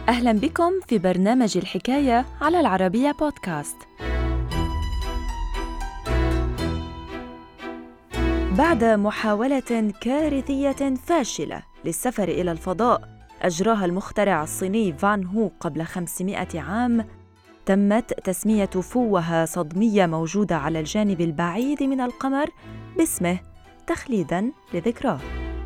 أهلاً بكم في برنامج الحكاية على العربية بودكاست. بعد محاولة كارثية فاشلة للسفر إلى الفضاء أجراها المخترع الصيني فان هو قبل 500 عام، تمت تسمية فوهة صدمية موجودة على الجانب البعيد من القمر باسمه تخليداً لذكراه.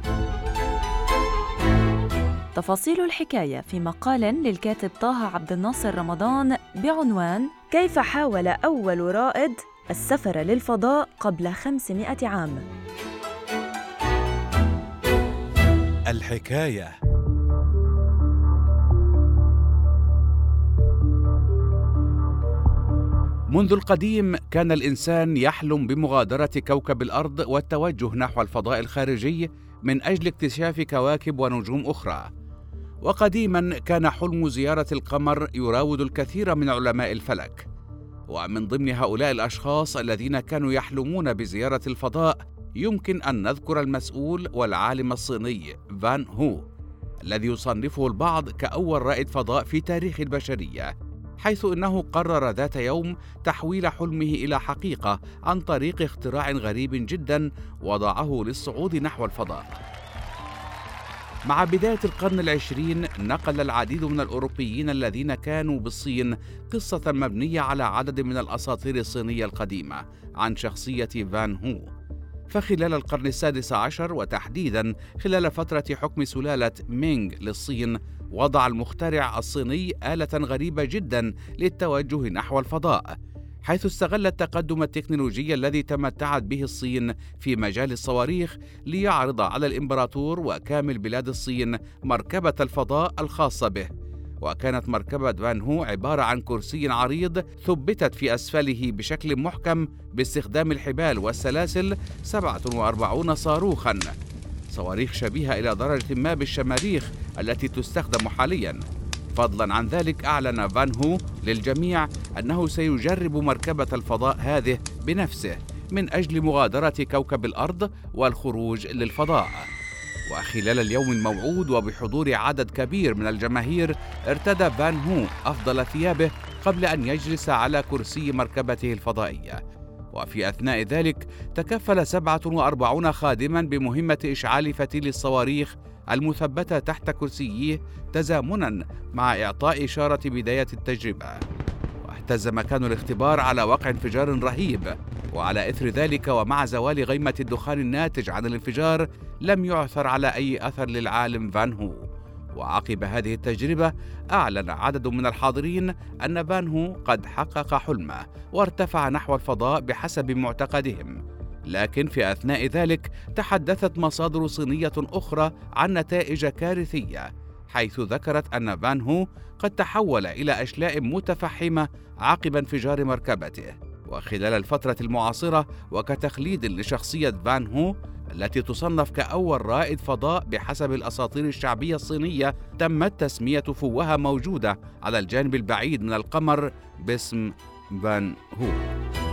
تفاصيل الحكاية في مقال للكاتب طه عبد الناصر رمضان بعنوان كيف حاول أول رائد السفر للفضاء قبل 500 عام. الحكاية. منذ القديم كان الإنسان يحلم بمغادرة كوكب الأرض والتوجه نحو الفضاء الخارجي من أجل اكتشاف كواكب ونجوم أخرى. وقديما كان حلم زيارة القمر يراود الكثير من علماء الفلك، ومن ضمن هؤلاء الأشخاص الذين كانوا يحلمون بزيارة الفضاء يمكن أن نذكر المسؤول والعالم الصيني فان هو، الذي يصنفه البعض كأول رائد فضاء في تاريخ البشرية، حيث إنه قرر ذات يوم تحويل حلمه إلى حقيقة عن طريق اختراع غريب جدا وضعه للصعود نحو الفضاء. مع بداية القرن العشرين نقل العديد من الأوروبيين الذين كانوا بالصين قصة مبنية على عدد من الأساطير الصينية القديمة عن شخصية فان هو. فخلال القرن السادس عشر وتحديداً خلال فترة حكم سلالة مينغ للصين، وضع المخترع الصيني آلة غريبة جداً للتوجه نحو الفضاء، حيث استغل التقدم التكنولوجي الذي تمتعت به الصين في مجال الصواريخ ليعرض على الإمبراطور وكامل بلاد الصين مركبة الفضاء الخاصة به. وكانت مركبة فان هو عبارة عن كرسي عريض ثبتت في أسفله بشكل محكم باستخدام الحبال والسلاسل 47 صاروخاً، صواريخ شبيهة إلى درجة ما بالشماريخ التي تستخدم حالياً. فضلاً عن ذلك أعلن فان هو للجميع أنه سيجرب مركبة الفضاء هذه بنفسه من أجل مغادرة كوكب الأرض والخروج للفضاء. وخلال اليوم الموعود وبحضور عدد كبير من الجماهير ارتدى فان هو أفضل ثيابه قبل أن يجلس على كرسي مركبته الفضائية. وفي أثناء ذلك تكفل 47 خادماً بمهمة إشعال فتيل الصواريخ المثبتة تحت كرسيه تزامناً مع إعطاء إشارة بداية التجربة. واهتز مكان الاختبار على وقع انفجار رهيب، وعلى إثر ذلك ومع زوال غيمة الدخان الناتج عن الانفجار لم يعثر على أي أثر للعالم فان هو. وعقب هذه التجربة أعلن عدد من الحاضرين أن فان هو قد حقق حلمه وارتفع نحو الفضاء بحسب معتقدهم. لكن في أثناء ذلك تحدثت مصادر صينية أخرى عن نتائج كارثية، حيث ذكرت أن فان هو قد تحول إلى أشلاء متفحمة عقب انفجار مركبته. وخلال الفترة المعاصرة وكتخليد لشخصية فان هو التي تصنف كأول رائد فضاء بحسب الأساطير الشعبية الصينية، تمت تسمية فوهة موجودة على الجانب البعيد من القمر باسم فان هو.